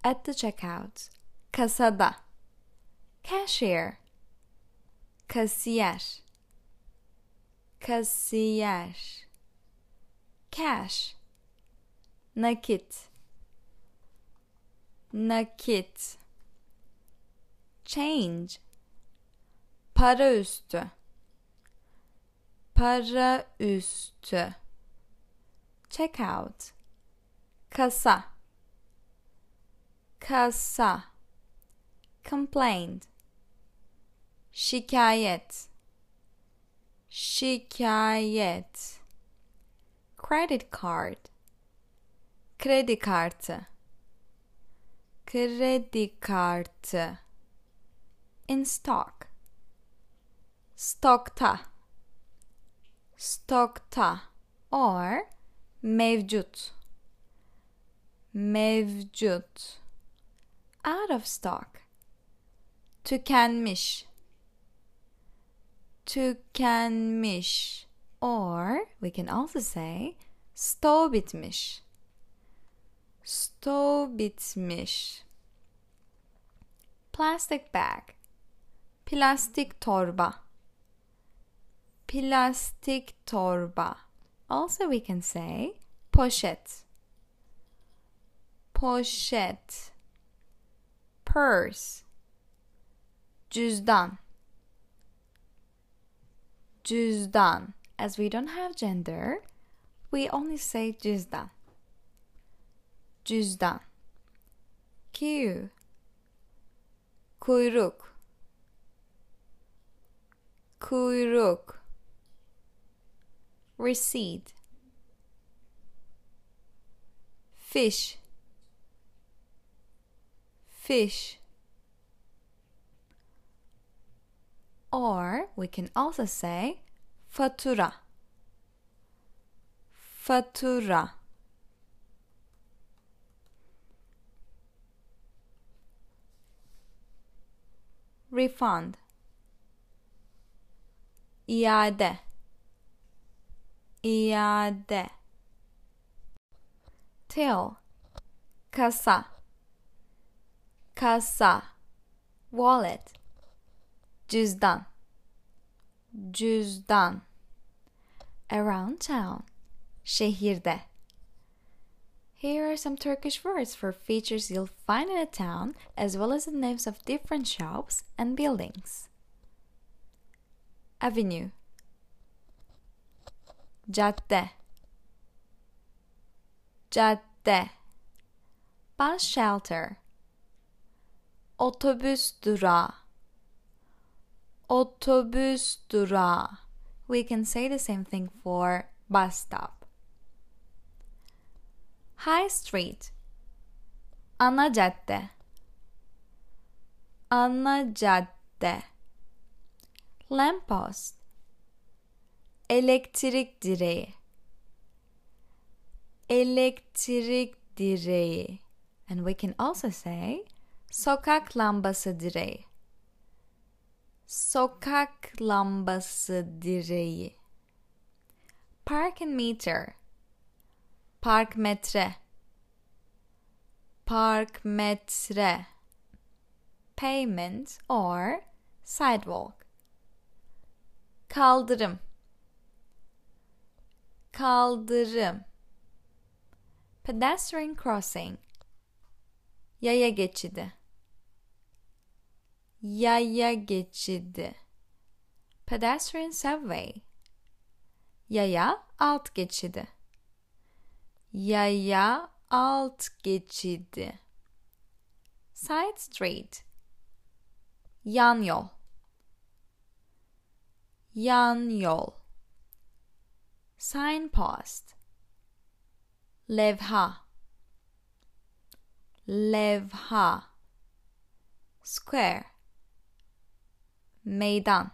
at the checkout. Kasada. Cashier. Kasiyer. Kasiyer. Cash. Nakit. Nakit. Change. Para üstü. Para üstü. Checkout. Kasa. Kasa. Complaint. Şikayet. Şikayet. Credit card. Kredi kartı. Kredi kartı. In stock. Stokta. Stokta or mevcut. Mevcut. Out of stock. Tükenmiş. Tükenmiş. Or we can also say stoğu bitmiş. Stoğu bitmiş. Plastic bag. Plastik torba. Plastik torba. Also we can say poşet. Poşet. Purse. Cüzdan. Cüzdan. As we don't have gender, we only say cüzdan. Cüzdan. Queue. Kuyruk. Kuyruk. Receipt. Fish. Fish. Or we can also say fatura. Fatura. Refund. İade. İade. Till. Kasa. Kasa. Wallet. Cüzdan. Cüzdan. Around town. Şehirde. Here are some Turkish words for features you'll find in a town, as well as the names of different shops and buildings. Avenue. Cadde. Cadde. Bus shelter. Otobüs durağı. Otobüs durağı. We can say the same thing for bus stop. High street. Ana cadde. Ana cadde. Lamppost. Elektrik direği. Elektrik direği. And we can also say sokak lambası direği. Sokak lambası direği. Parking meter. Park metre. Park metre. Pavement or sidewalk. Kaldırım. Kaldırım. Pedestrian crossing. Yaya geçidi. Yaya geçidi. Pedestrian subway. Yaya alt geçidi. Yaya alt geçidi. Side street. Yan yol. Yan yol. Signpost. Levha. Levha. Square. Meydan.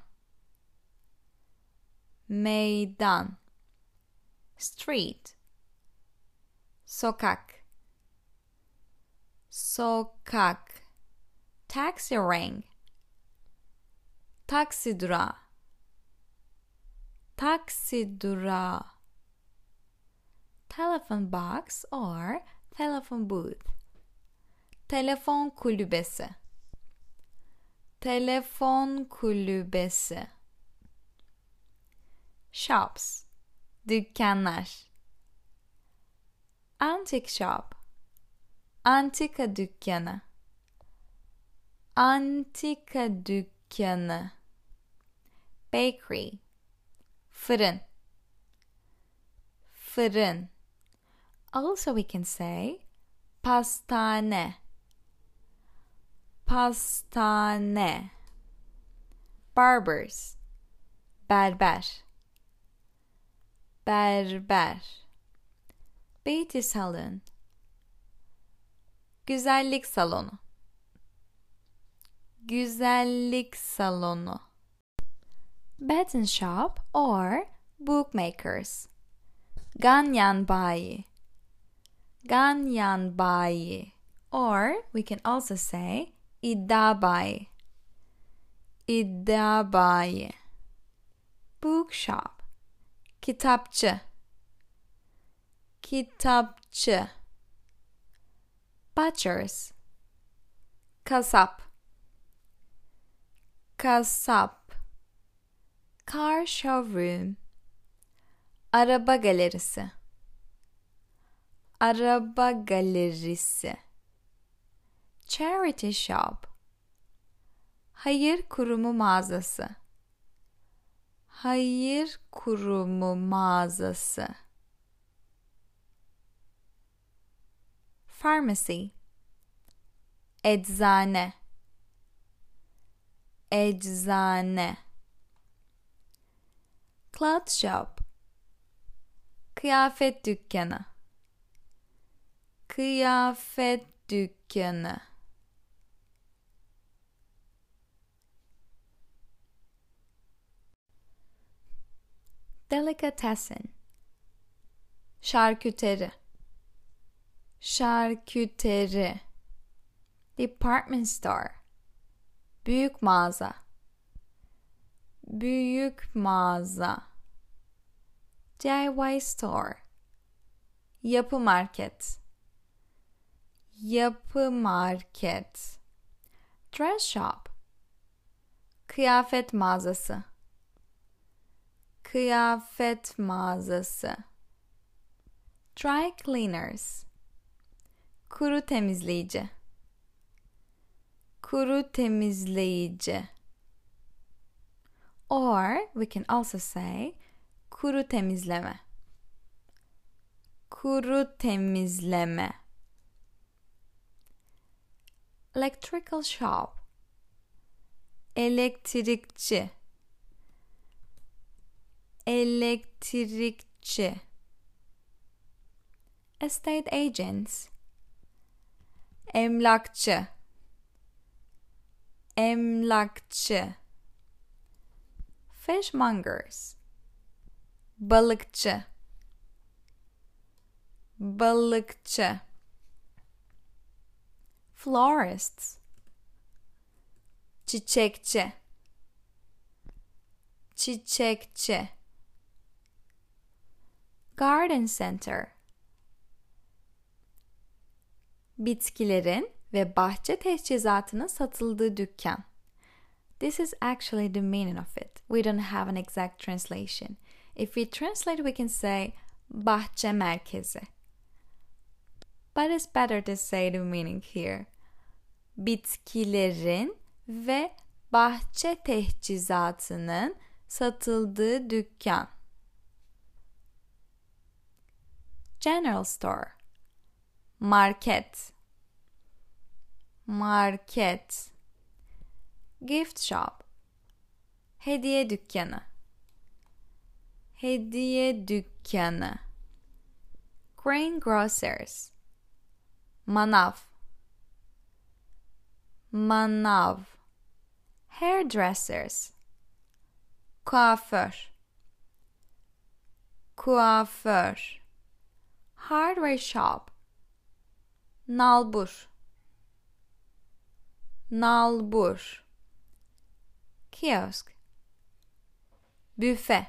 Meydan. Street. Sokak. Sokak. Taxi rank. Taksi durağı. Taksi durağı. Telephone box or telephone booth. Telefon kulübesi. Telefon kulübesi. Shops. Dükkanlar. Antique shop. Antika dükkanı. Antika dükkanı. Bakery. Fırın. Fırın. Also we can say pastane. Pastane. Barbers. Berber. Berber. Beauty salon. Güzellik salonu. Güzellik salonu. Betting shop or bookmakers. Ganyan bayi. Ganyan bayi. Or we can also say iddia bayi. İddia bayi. Bookshop. Kitapçı. Kitapçı. Butchers. Kasap. Kasap. Car showroom. Araba galerisi. Araba galerisi. Charity shop. Hayır kurumu mağazası. Hayır kurumu mağazası. Pharmacy. Eczane. Eczane. Cloth shop. Kıyafet dükkanı. Kıyafet dükkanı. Delicatessen. Şarküteri. Şarküteri. Department store. Büyük mağaza. Büyük mağaza. DIY store. Yapı market. Yapı market. Dress shop. Kıyafet mağazası. Kıyafet mağazası. Dry cleaners. Kuru temizleyici. Kuru temizleyici. Or we can also say kuru temizleme. Kuru temizleme. Electrical shop. Elektrikçi. Elektrikçi. Estate agents. Emlakçı. Emlakçı. Fishmongers. Balıkçı. Balıkçı. Florists. Çiçekçi. Çiçekçi. Garden center. Bitkilerin ve bahçe teçhizatının satıldığı dükkan. This is actually the meaning of it. We don't have an exact translation. If we translate, we can say bahçe merkezi. But it's better to say the meaning here. Bitkilerin ve bahçe teçhizatının satıldığı dükkan. General store. Market. Market. Gift shop. Hediye dükkanı. Hediye dükkanı. Greengrocers. Manav. Manav. Hairdressers. Kuaför. Kuaför. Hardware shop. Nalbur. Nalbur. Kiosk. Büfe.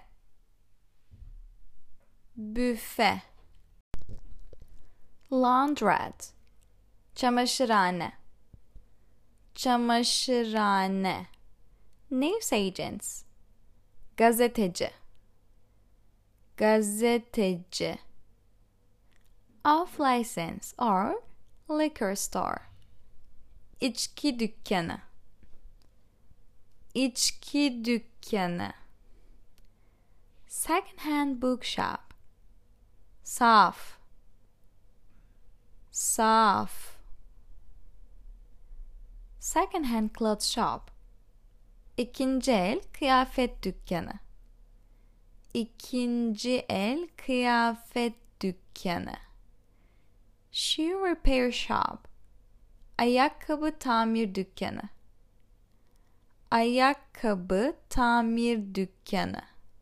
Büfe. Laundrette. çamaşırhane, çamaşırhane. Newsagents, gazeteci, gazeteci. Off license or liquor store, içki dükkanı, içki dükkanı. Second hand bookshop, saf, saf. Second hand clothes shop, ikinci el kıyafet dükkanı, ikinci el kıyafet dükkanı. Shoe repair shop, ayakkabı tamir dükkanı, ayakkabı tamir dükkanı.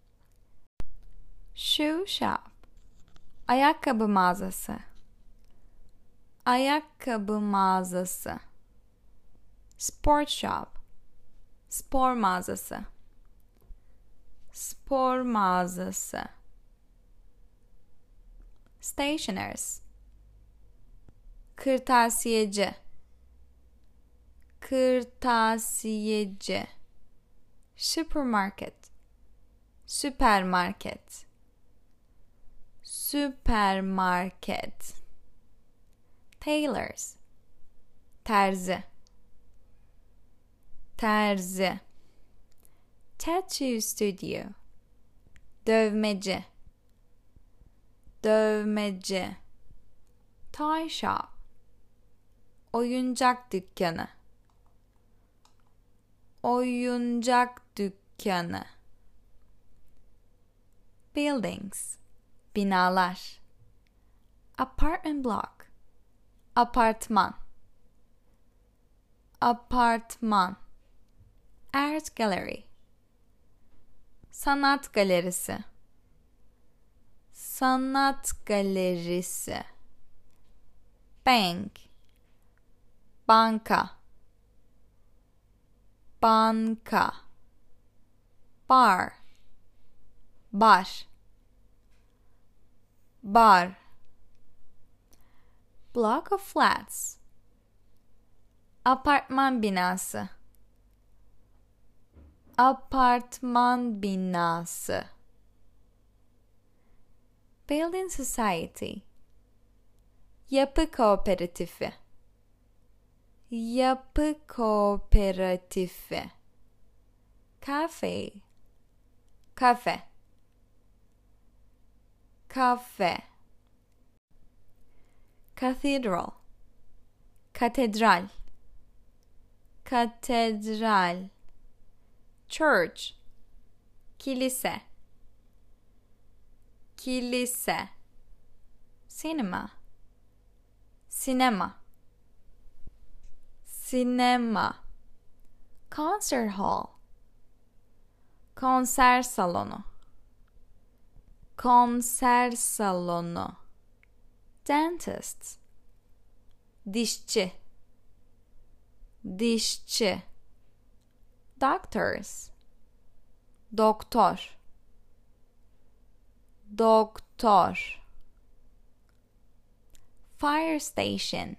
Shoe shop, ayakkabı mağazası, ayakkabı mağazası. Sport shop, spor mağazası, spor mağazası. Stationers, kırtasiyeci, kırtasiyeci. Supermarket, süpermarket, süpermarket. Tailors, terzi, terzi. Tattoo studio, dövmeci, dövmeci. Toy shop, oyuncak dükkanı, oyuncak dükkanı. Buildings, binalar. Apartment block, apartman, apartman. Art gallery, sanat galerisi, sanat galerisi. Bank, banka, banka. Bar, bar, bar. Block of flats, apartman binası, apartman binası. Building society, yapı kooperatifi, yapı kooperatifi. Cafe, kafe, kafe. Cathedral, katedral, katedral. Church, kilise, kilise. Cinema, sinema, sinema. Concert hall, konser salonu, konser salonu. Dentist, dişçi, dişçi. Doctors, doktor, doktor. Fire station,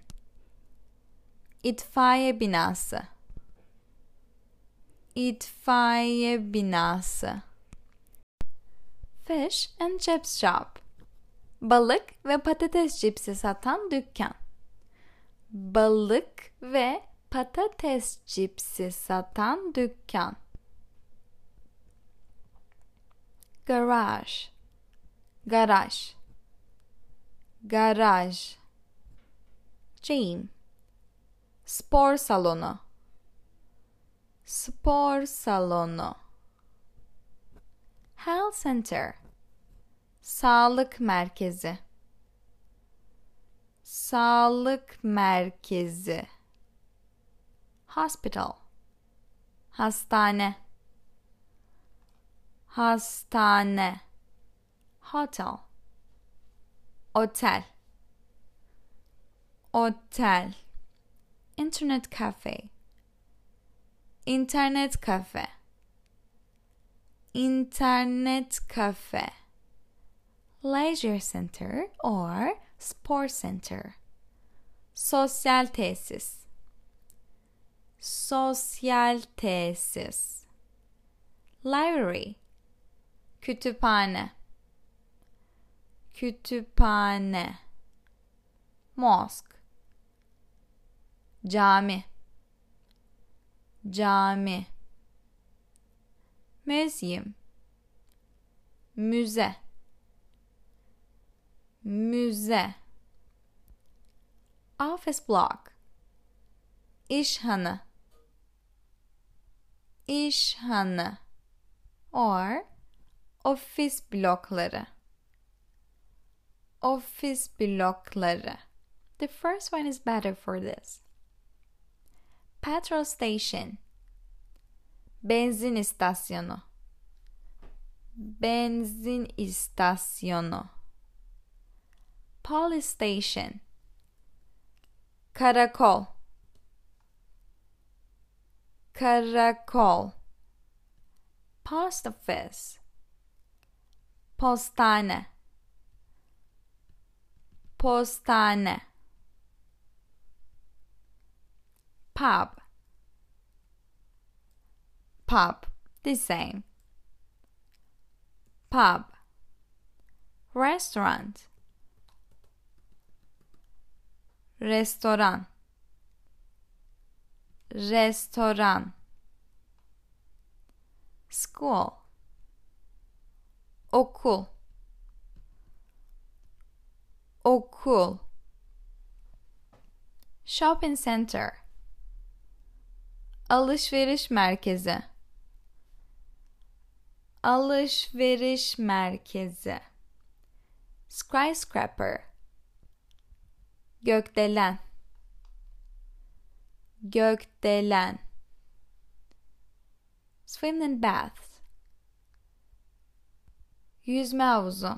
itfaiye binası, itfaiye binası. Fish and chips shop, balık ve patates cipsi satan dükkan, balık ve patates cipsi satan dükkan. Garage, garaj, garaj. Gym, spor salonu, spor salonu. Health center, sağlık merkezi, sağlık merkezi. Hospital, hastane, hastane. Hotel, otel, otel. Internet cafe, internet kafe, internet kafe. Leisure center or sport center, Sosyal tesis. Sosyal tesis. Library. Kütüphane. Kütüphane. Mosque. Cami. Cami. Museum. Müze. Müze. Office block. İşhanı. İşhanı. Or ofis blokları. Ofis blokları. The first one is better for this. Petrol station. Benzin istasyonu. Benzin istasyonu. Police station. Karakol. Karakol. Post office. Postane. Postane. Pub. Pub. The same. Pub. Restaurant. Restoran. Restoran. School. Okul. Okul. Shopping center. Alışveriş merkezi. Alışveriş merkezi. Skyscraper. Gökdelen. Gökdelen. Swim and bath. Yüzme havuzu.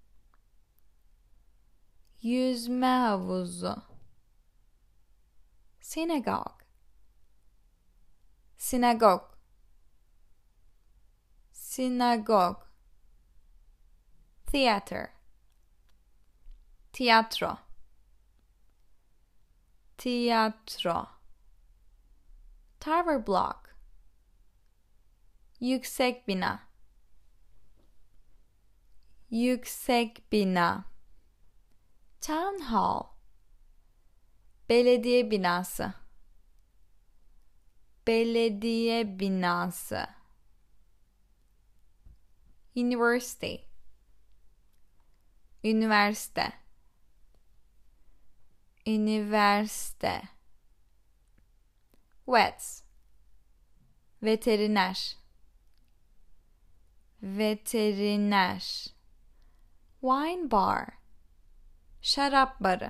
Yüzme havuzu. Synagogue. Sinagog. Sinagog. Theater. Tiyatro. Tiyatro. Tower block. Yüksek bina. Yüksek bina. Town hall. Belediye binası. Belediye binası. University. Üniversite. Üniversite. Vets. Veteriner. Veteriner. Wine bar. Şarap barı.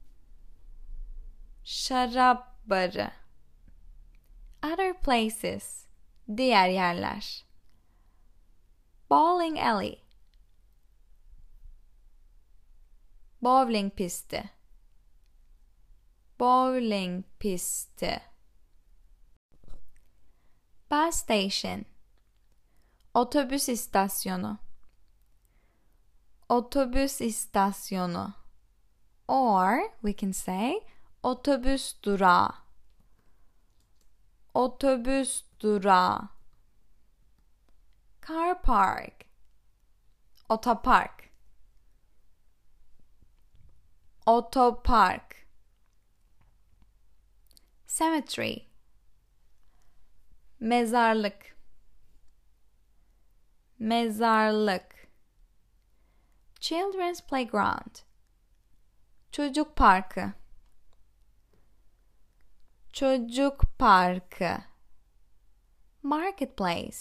Şarap barı. Other places. Diğer yerler. Bowling alley. Bowling pisti. Bowling pisti. Bus station. Otobüs istasyonu. Otobüs istasyonu. Or we can say otobüs durağı. Otobüs durağı. Car park. Otopark. Otopark. Cemetery. Mezarlık. Mezarlık. Children's playground. Çocuk parkı. Çocuk parkı. Marketplace.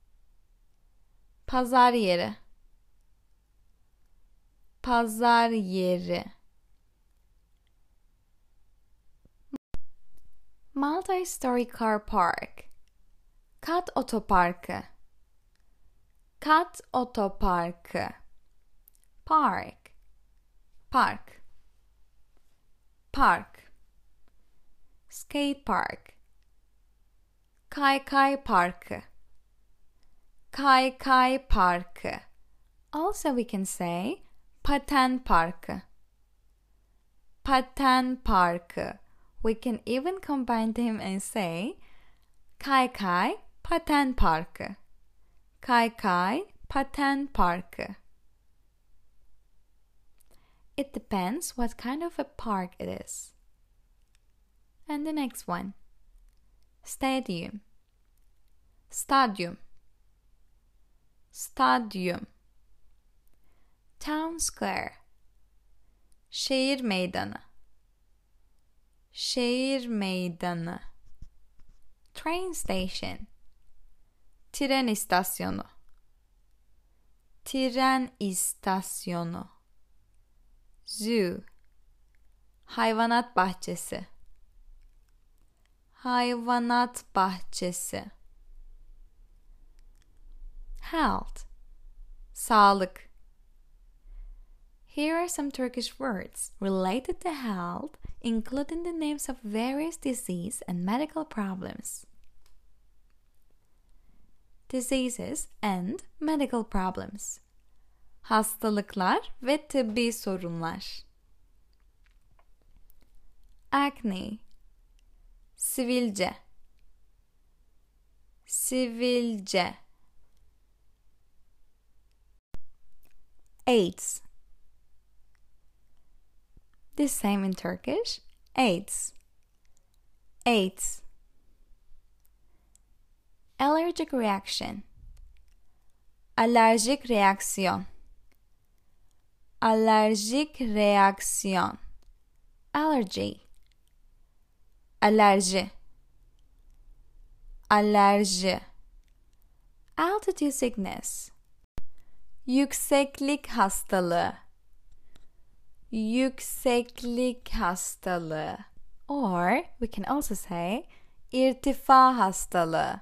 Pazar yeri. Pazar yeri. Multi-story car park. Kat otoparkı. Kat otoparkı. Park. Park. Park. Skate park. Kaykay parkı. Kaykay parkı. Also we can say paten parkı. paten parkı. We can even combine them and say Kaykay paten parkı. Kaykay paten parkı. It depends what kind of a park it is. And the next one. Stadium. Stadyum. Stadyum. Town square. Şehir meydanı. Şehir meydanı. Train station. Tren istasyonu. Tren istasyonu. Zoo. Hayvanat bahçesi. Hayvanat bahçesi. Health. Sağlık. Here are some Turkish words related to health, including the names of various disease and medical problems. Diseases and medical problems. Hastalıklar ve tıbbi sorunlar. Acne. Sivilce. Sivilce. AIDS. The same in Turkish. AIDS. AIDS. Allergic reaction. Alerjik reaksiyon. Alerjik reaksiyon. Allergy. Alerji. Alerji. Altitude sickness. Yükseklik hastalığı. Yükseklik hastalığı. Or we can also say irtifa hastalığı.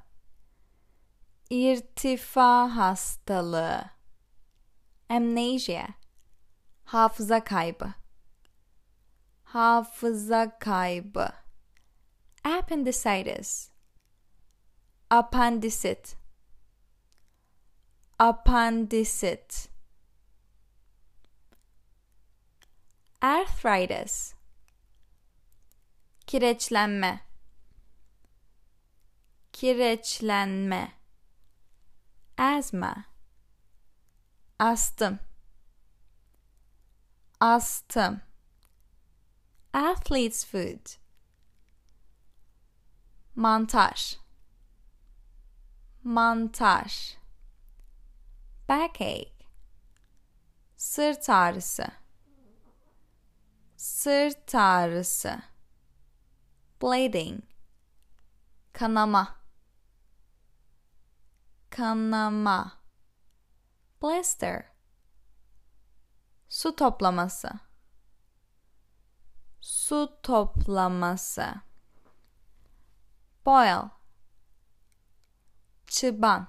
İrtifa hastalığı. Amnesia. Hafıza kaybı. Hafıza kaybı. Appendicitis. Appendisit. Appendisit. Arthritis. Kireçlenme. Kireçlenme. Asthma. Astım. Astım. Athlete's foot. Mantar. Mantar. Backache. Sırt ağrısı. Sırt ağrısı. Bleeding. Kanama. Kanama. Blister. Su toplaması. Su toplaması. Boil. Çıban.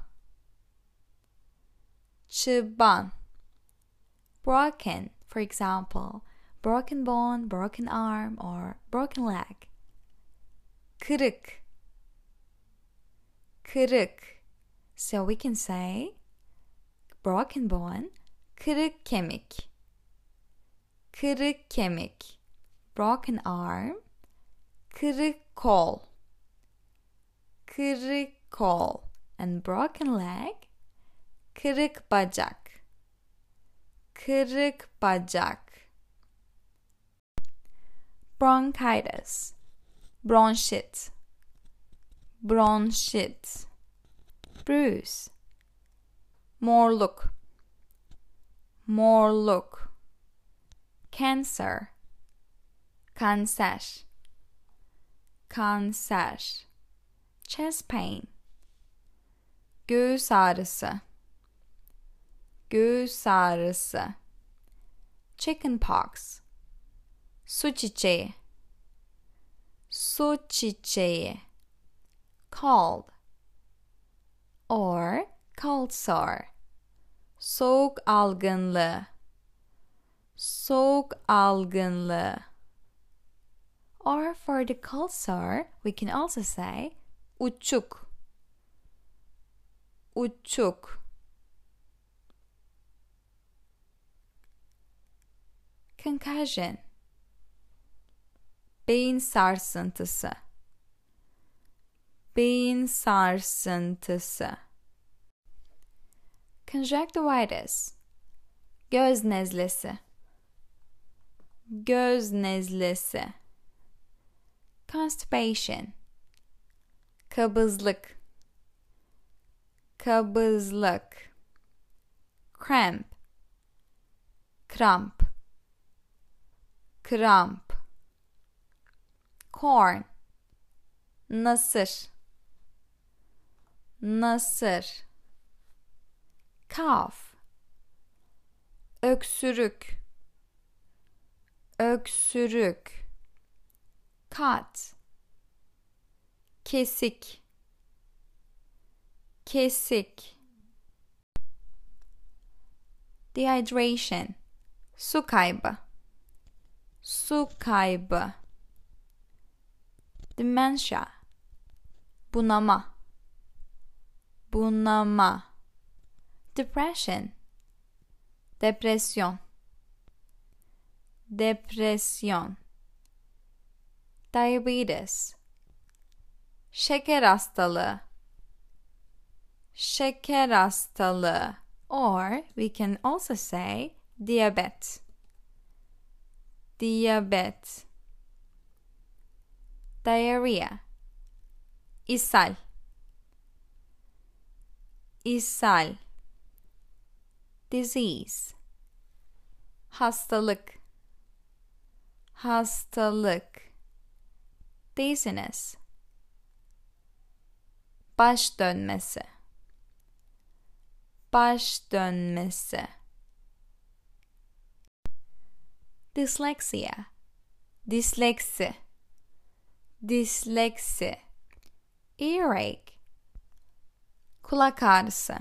Çıban. Broken, for example, broken bone, broken arm, or broken leg. Kırık. Kırık. So we can say broken bone, kırık kemik. Kırık kemik. Broken arm, kırık kol. Kırık kol. And broken leg, kırık bacak. Kırık bacak. Bronchitis. Bronşit. Bronşit. Bruise. Morluk. Morluk. Cancer. Kanser. Kanser. Chest pain. Göğüs ağrısı. Göğüs ağrısı. Chickenpox. Su çiçeği. Su çiçeği. Cold. Or cold sore. Soğuk algınlığı. Soğuk algınlığı. Or for the cold sore, we can also say uçuk. Uçuk. Concussion. beyin sarsıntısı, beyin sarsıntısı. Conjunctivitis, göz nezlesi, göz nezlesi. Constipation, kabızlık, kabızlık. Cramp, kramp, kramp. Corn, nasır, nasır. Cough, öksürük, öksürük. Cut, kesik, kesik. Dehydration, su kaybı, su kaybı. Dementia, bunama, bunama. Depression, depresyon, depresyon. Diabetes, şeker hastalığı, şeker hastalığı. Or we can also say diyabet, diyabet. Diarrhea, ishal, ishal. Disease, hastalık, hastalık. Dizziness, baş dönmesi, baş dönmesi. Dyslexia, disleksi, disleksi. Earache, kulak ağrısı,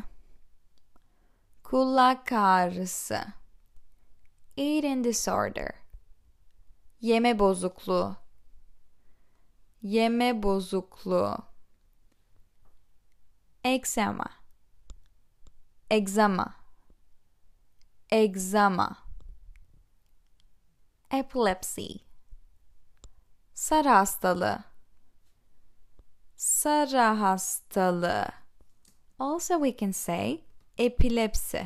kulak ağrısı. Eating disorder, yeme bozukluğu, yeme bozukluğu. Eczema, egzama, egzama. Epilepsy, sarı hastalığı, sarı hastalığı. Also we can say epilepsi,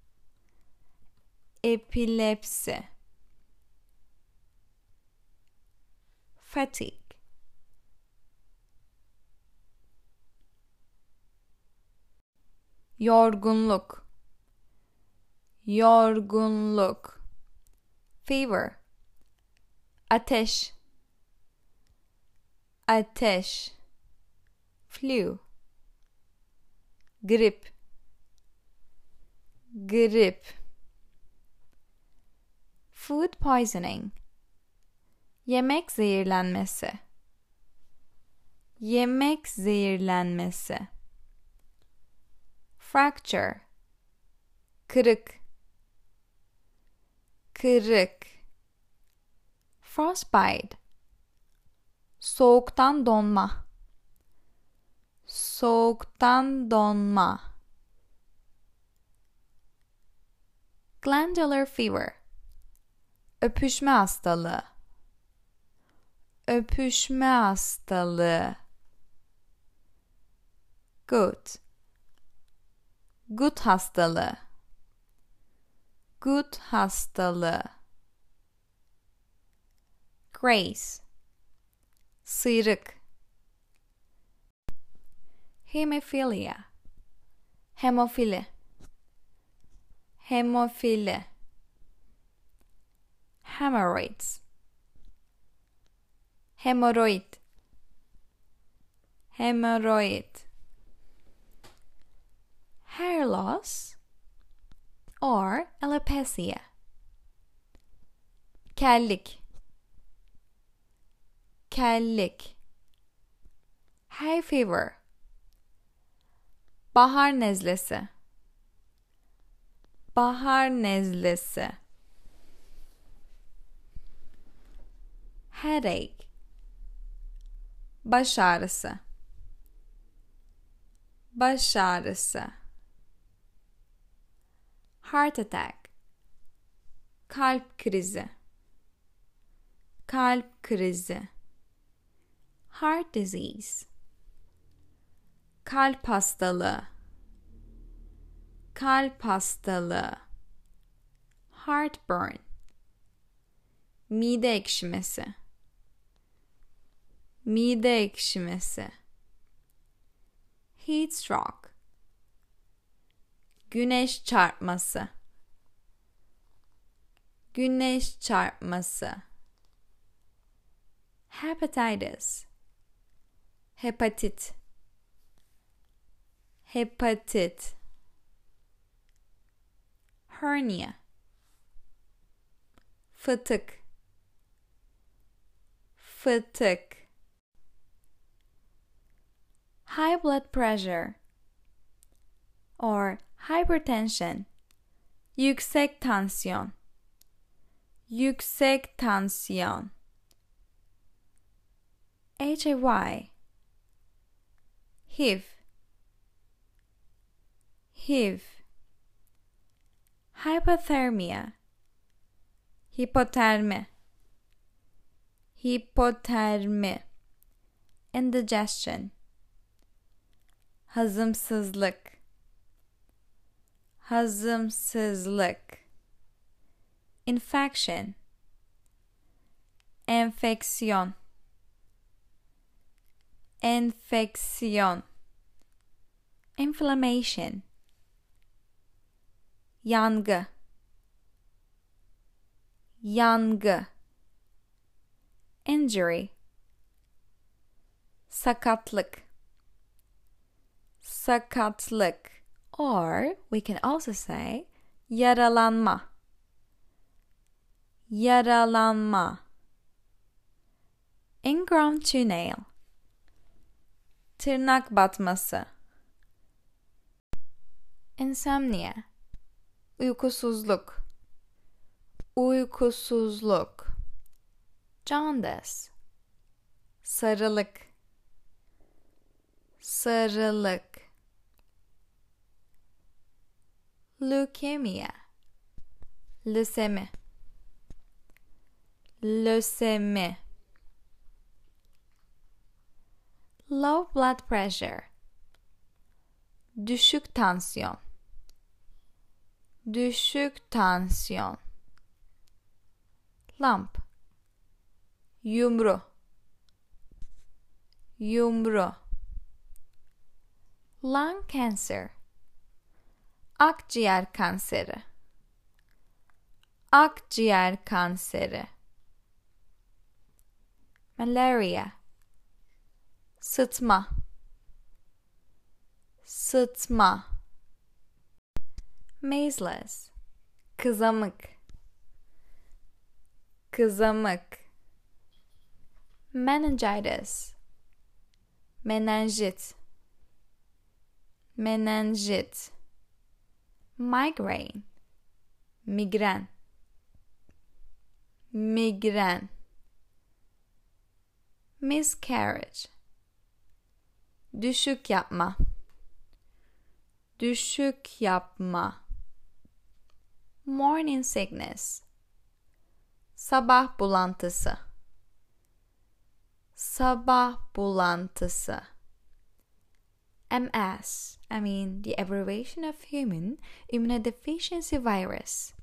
epilepsi. Fatigue, yorgunluk, yorgunluk. Fever, ateş, ateş. Flu, grip, grip. Food poisoning, yemek zehirlenmesi, yemek zehirlenmesi. Fracture, kırık, kırık. Frostbite, soğuktan donma, soğuktan donma. Glandular fever, öpüşme hastalığı, öpüşme hastalığı. Gut, gut hastalığı, gut hastalığı. Grace, sıyrık. Hemophilia, hemofili, hemofili. Hemorrhoids, hemoroid, hemoroid. Hair loss or alopecia, kellik, kellik. Hay fever, bahar nezlesi, bahar nezlesi. Headache, baş ağrısı, baş ağrısı. Heart attack, kalp krizi, kalp krizi, heart disease, kalp hastalığı, kalp hastalığı, heartburn, mide ekşimesi, mide ekşimesi, heat stroke, güneş çarpması, güneş çarpması, hepatitis, hepatit, hepatit, hernia, fıtık, fıtık, high blood pressure or hypertension, yüksek tansiyon, yüksek tansiyon, HIV, HIV, HIV, hypothermia, hipotermi, hipotermi, indigestion, hazımsızlık, hazımsızlık, infection, enfeksiyon, enfeksiyon, inflammation, yangı, yangı, injury, sakatlık, sakatlık, or we can also say yaralanma, yaralanma, ingrown toenail, tırnak batması, insomnia, uykusuzluk, uykusuzluk, jaundice, sarılık, sarılık, leukemia, lösemi, lösemi, low blood pressure, düşük tansiyon, düşük tansiyon, lump, yumru, yumru, lung cancer, akciğer kanseri, akciğer kanseri, malaria, sıtma, sıtma, measles, kızamık, kızamık, meningitis, menenjit, menenjit, migraine, migren, migren, miscarriage, düşük yapma, düşük yapma, morning sickness, sabah bulantısı, sabah bulantısı, MS, the abbreviation of Human Immunodeficiency Virus,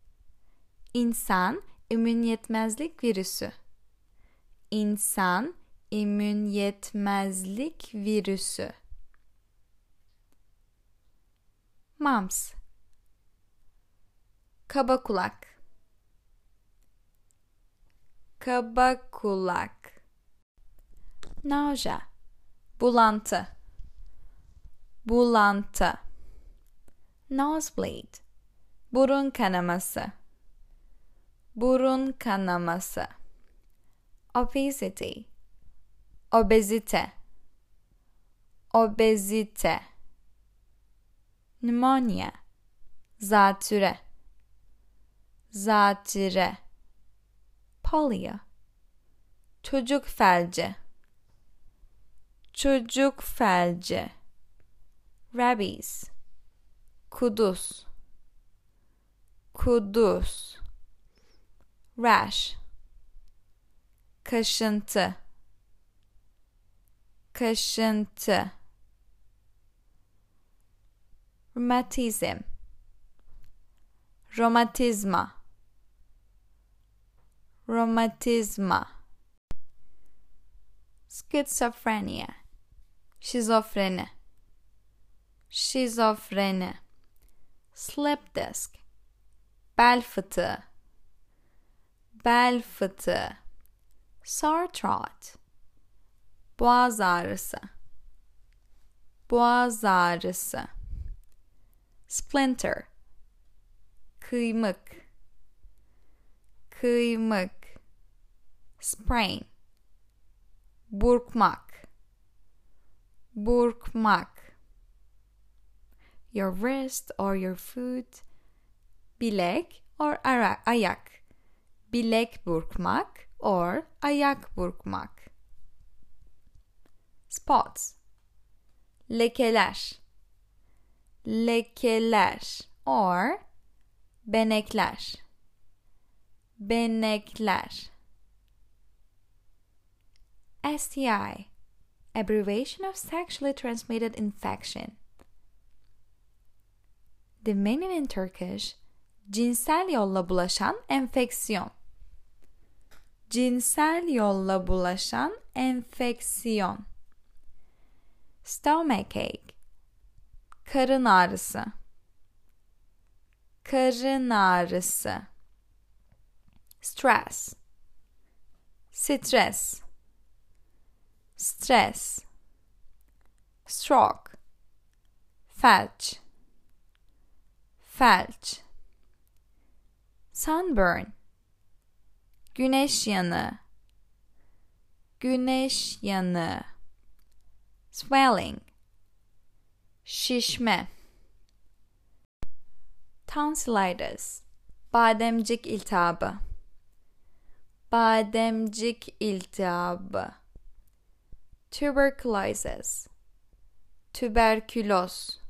İnsan immün yetmezlik virüsü, İnsan immün yetmezlik virüsü, mumps, kaba kulak, kaba kulak, nausea, bulantı, bulantı, nosebleed, burun kanaması, burun kanaması, obesity, obezite, obezite, pneumonia, zatüre, zatüre, polio, çocuk felci, çocuk felci, rabies, kuduz, kuduz, rash, kaşıntı, kaşıntı. Rheumatism, romatizma, romatizma. Schizophrenia, şizofreni, şizofreni. Slip disc, bel fıtığı, bel fıtığı. Sore throat, boğaz ağrısı, boğaz ağrısı. Splinter, kıymık, kıymık. Sprain, burkmak, burkmak. Your wrist or your foot, bilek or ayak. Bilek burkmak or ayak burkmak. Spots, lekeler, lekeler or benekler, benekler. STI, abbreviation of sexually transmitted infection. The meaning in Turkish, cinsel yolla bulaşan enfeksiyon. Cinsel yolla bulaşan enfeksiyon. Stomachache, karın ağrısı, karın ağrısı. Stress, stres, stres. Stroke, felç, felç. Sunburn, güneş yanığı, güneş yanığı. Swelling, şişme. Tonsillitis, bademcik iltihabı, bademcik iltihabı. Tuberculosis, tüberküloz,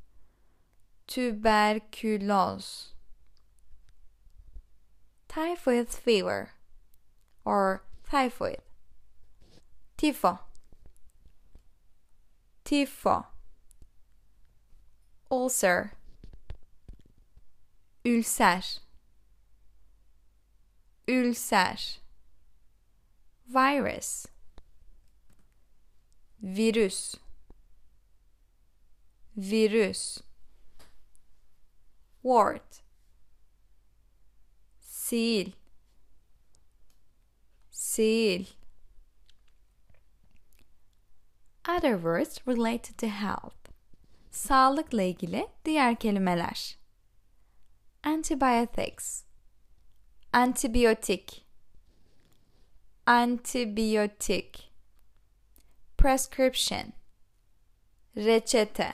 tüberküloz. Typhoid fever or typhoid. Tifo, tifo. Ulcer, ülser, ülser. Virus, virüs, virüs. Wart, sil, sil. Other words related to health. Sağlıkla ilgili diğer kelimeler. Antibiotics, antibiyotik, antibiyotik. Prescription, reçete,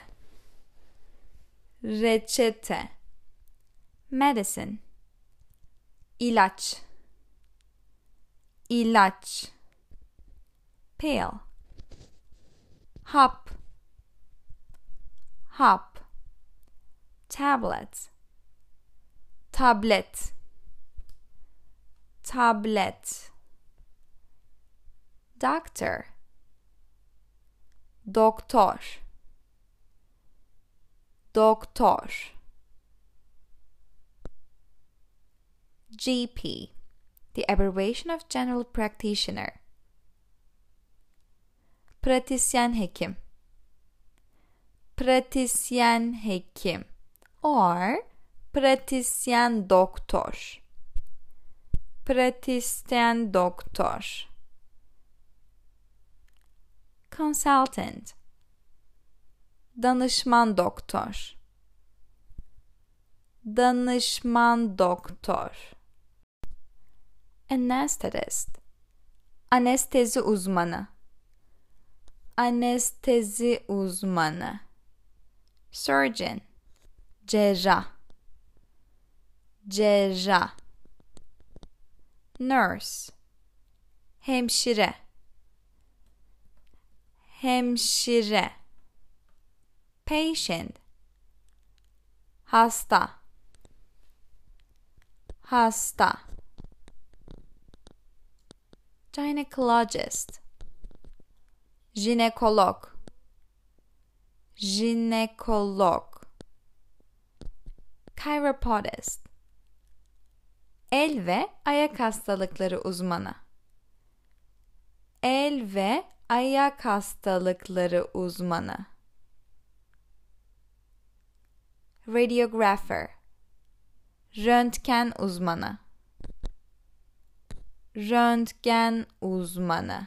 reçete. Medicine, ilaç, ilaç. Pill, hap, hap. Tablet, tablet, tablet. Doctor, doktor, doktor. GP, the abbreviation of general practitioner. Pratisyen hekim, pratisyen hekim or pratisyen doktor, pratisyen doktor. Consultant, danışman doktor, danışman doktor. Anesthetist, anestezi uzmanı, anestezi uzmanı. Surgeon, cerrah, cerrah. Nurse, hemşire, hemşire. Patient, hasta, hasta. gynecologist, jinekolog, jinekolog, chiropodist, el ve ayak hastalıkları uzmanı, el ve ayak hastalıkları uzmanı, radiographer, röntgen uzmanı, röntgen uzmanı,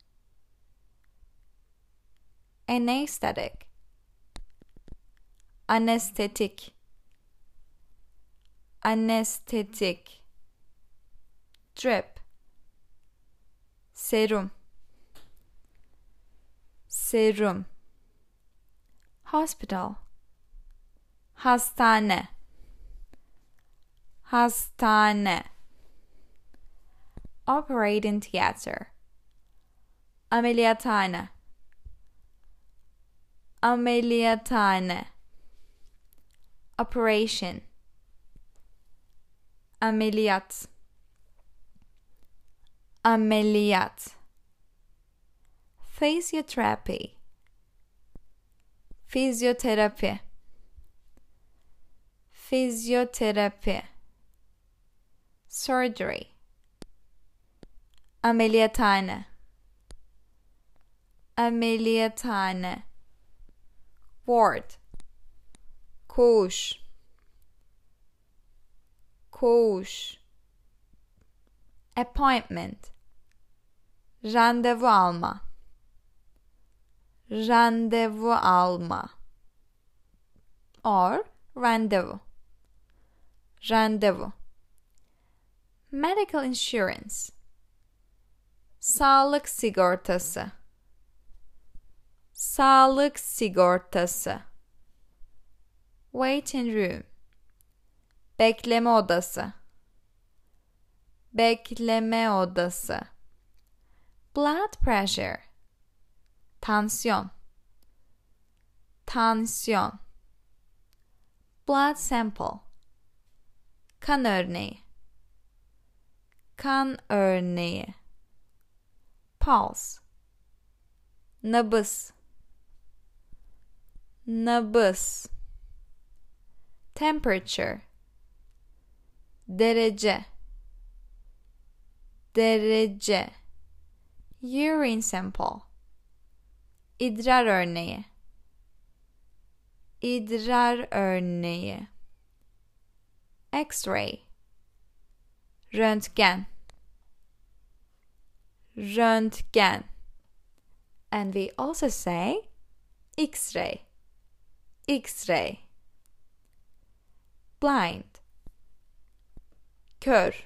anesthetic, anestetik, anestetik, drip, serum, serum, hospital, hastane, hastane, operating theater, ameliyathane, ameliyathane, operation, ameliyat, ameliyat, physiotherapy, fizyoterapi, fizyoterapi, surgery, ameliyathane, ameliyathane, ward, koğuş, koğuş, appointment, randevu alma, randevu alma, or randevu, randevu, medical insurance, sağlık sigortası, sağlık sigortası, waiting room, bekleme odası, bekleme odası, blood pressure, tansiyon, tansiyon, blood sample, kan örneği, kan örneği, pulse, nabız, nabız, temperature, derece, derece, urine sample, idrar örneği, idrar örneği, X-ray, röntgen, röntgen, and we also say X-ray, X-ray, blind, kör,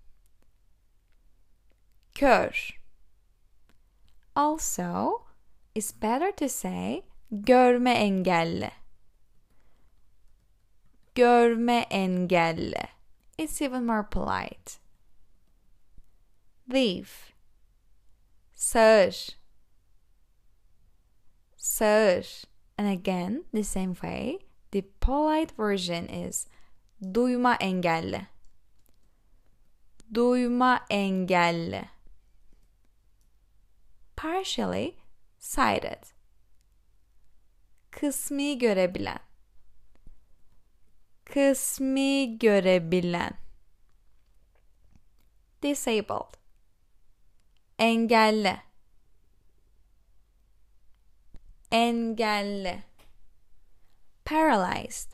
kör. Also, it's better to say görme engelli, görme engelli. It's even more polite. Thief, sağır, sağır. And again, the same way, the polite version is duyma engelli, duyma engelli, partially sighted, kısmi görebilen, kısmi görebilen, disabled, engelli, engelli, paralyzed,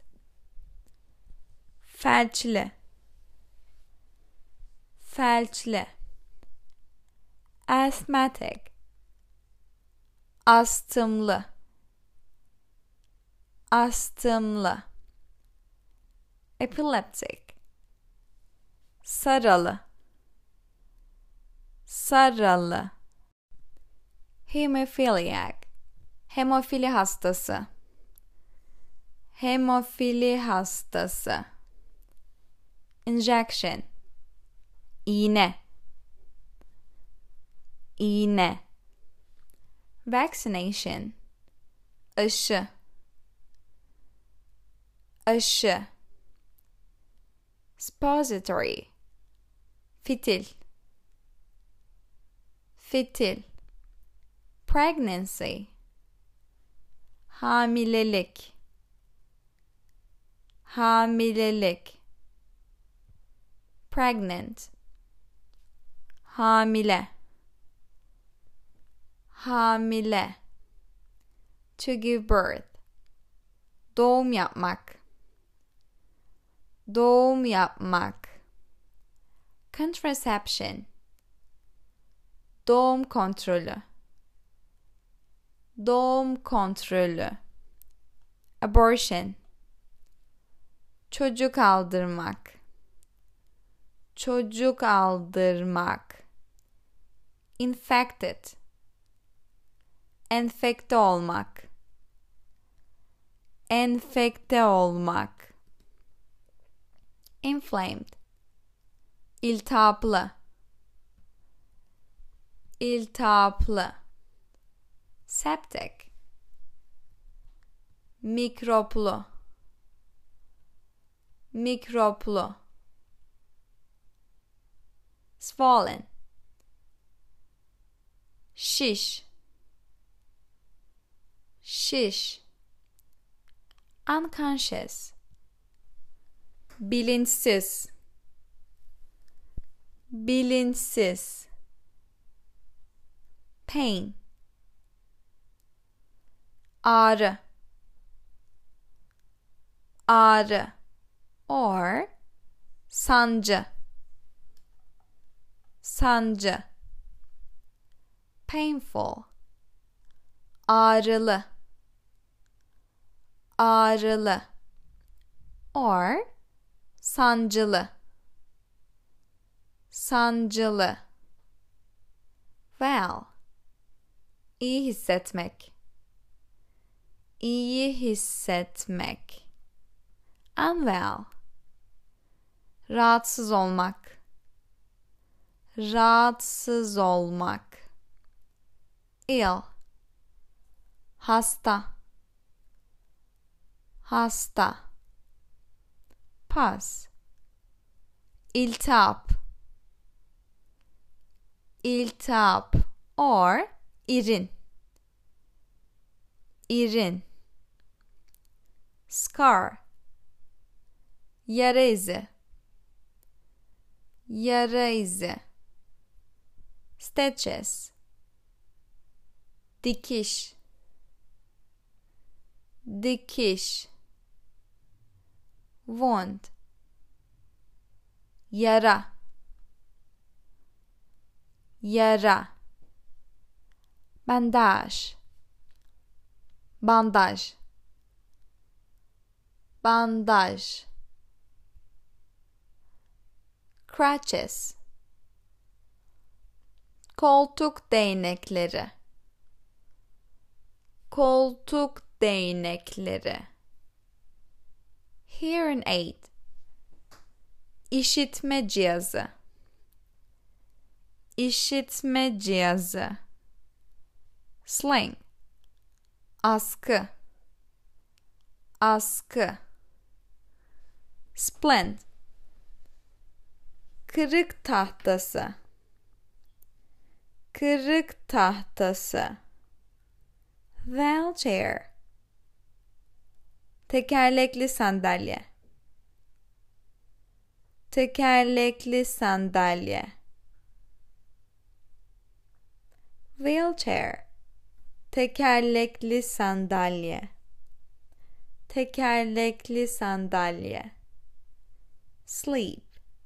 felçli, felçli, asthmatic, astımlı, astımlı, epileptic, saralı, saralı, hemophiliac, hemofili hastası, hemofili hastası, injection, iğne, iğne, vaccination, aşı, aşı, suppository, fitil, fitil, pregnancy, hamilelik, hamilelik, pregnant, hamile, hamile, to give birth, doğum yapmak, doğum yapmak, contraception, doğum kontrolü, doğum kontrolü, abortion, çocuk aldırmak, çocuk aldırmak, infected, enfekte olmak, enfekte olmak, inflamed, iltihaplı, iltihaplı, septic, mikroplu, mikroplu, swollen, şiş, şiş, unconscious, bilinçsiz, bilinçsiz, pain, ağrı, ağrı, or sancı, sancı, painful, ağrılı, ağrılı, or sancılı, sancılı, well, iyi hissetmek, iyi hissetmek, unwell, rahatsız olmak, rahatsız olmak, ill, hasta, hasta, pus, iltihap, iltihap, or irin, irin, scar, yara izi, yara izi, stitches, dikiş, dikiş, wound, yara, yara, bandaj, bandaj, bandaj, crutches, koltuk değnekleri, koltuk değnekleri, hearing aid, işitme cihazı, işitme cihazı, sling, askı, askı, splint, kırık tahtası, kırık tahtası, wheelchair, tekerlekli sandalye, tekerlekli sandalye, wheelchair, tekerlekli sandalye, tekerlekli sandalye, sleep,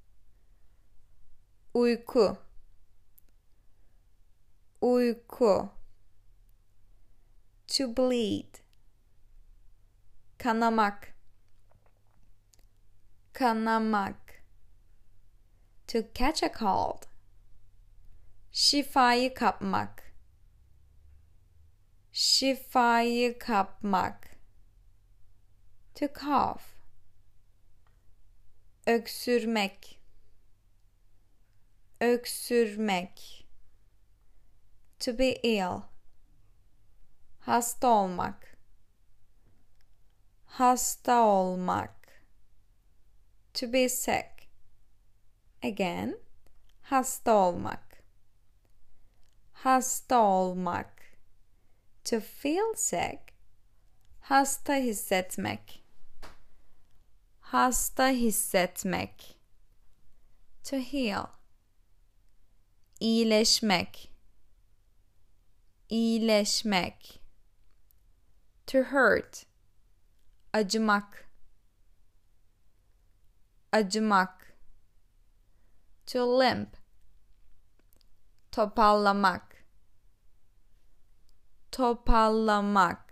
uyku, uyku, to bleed, kanamak, kanamak, to catch a cold, şifayı kapmak, şifayı kapmak, to cough, öksürmek, öksürmek, to be ill, hasta olmak, hasta olmak, to be sick, again, hasta olmak, hasta olmak. To feel sick, hasta hissetmek. Hasta hissetmek. To heal. İyileşmek. İyileşmek. To hurt. Acımak. Acımak. To limp. Topallamak. Topallamak.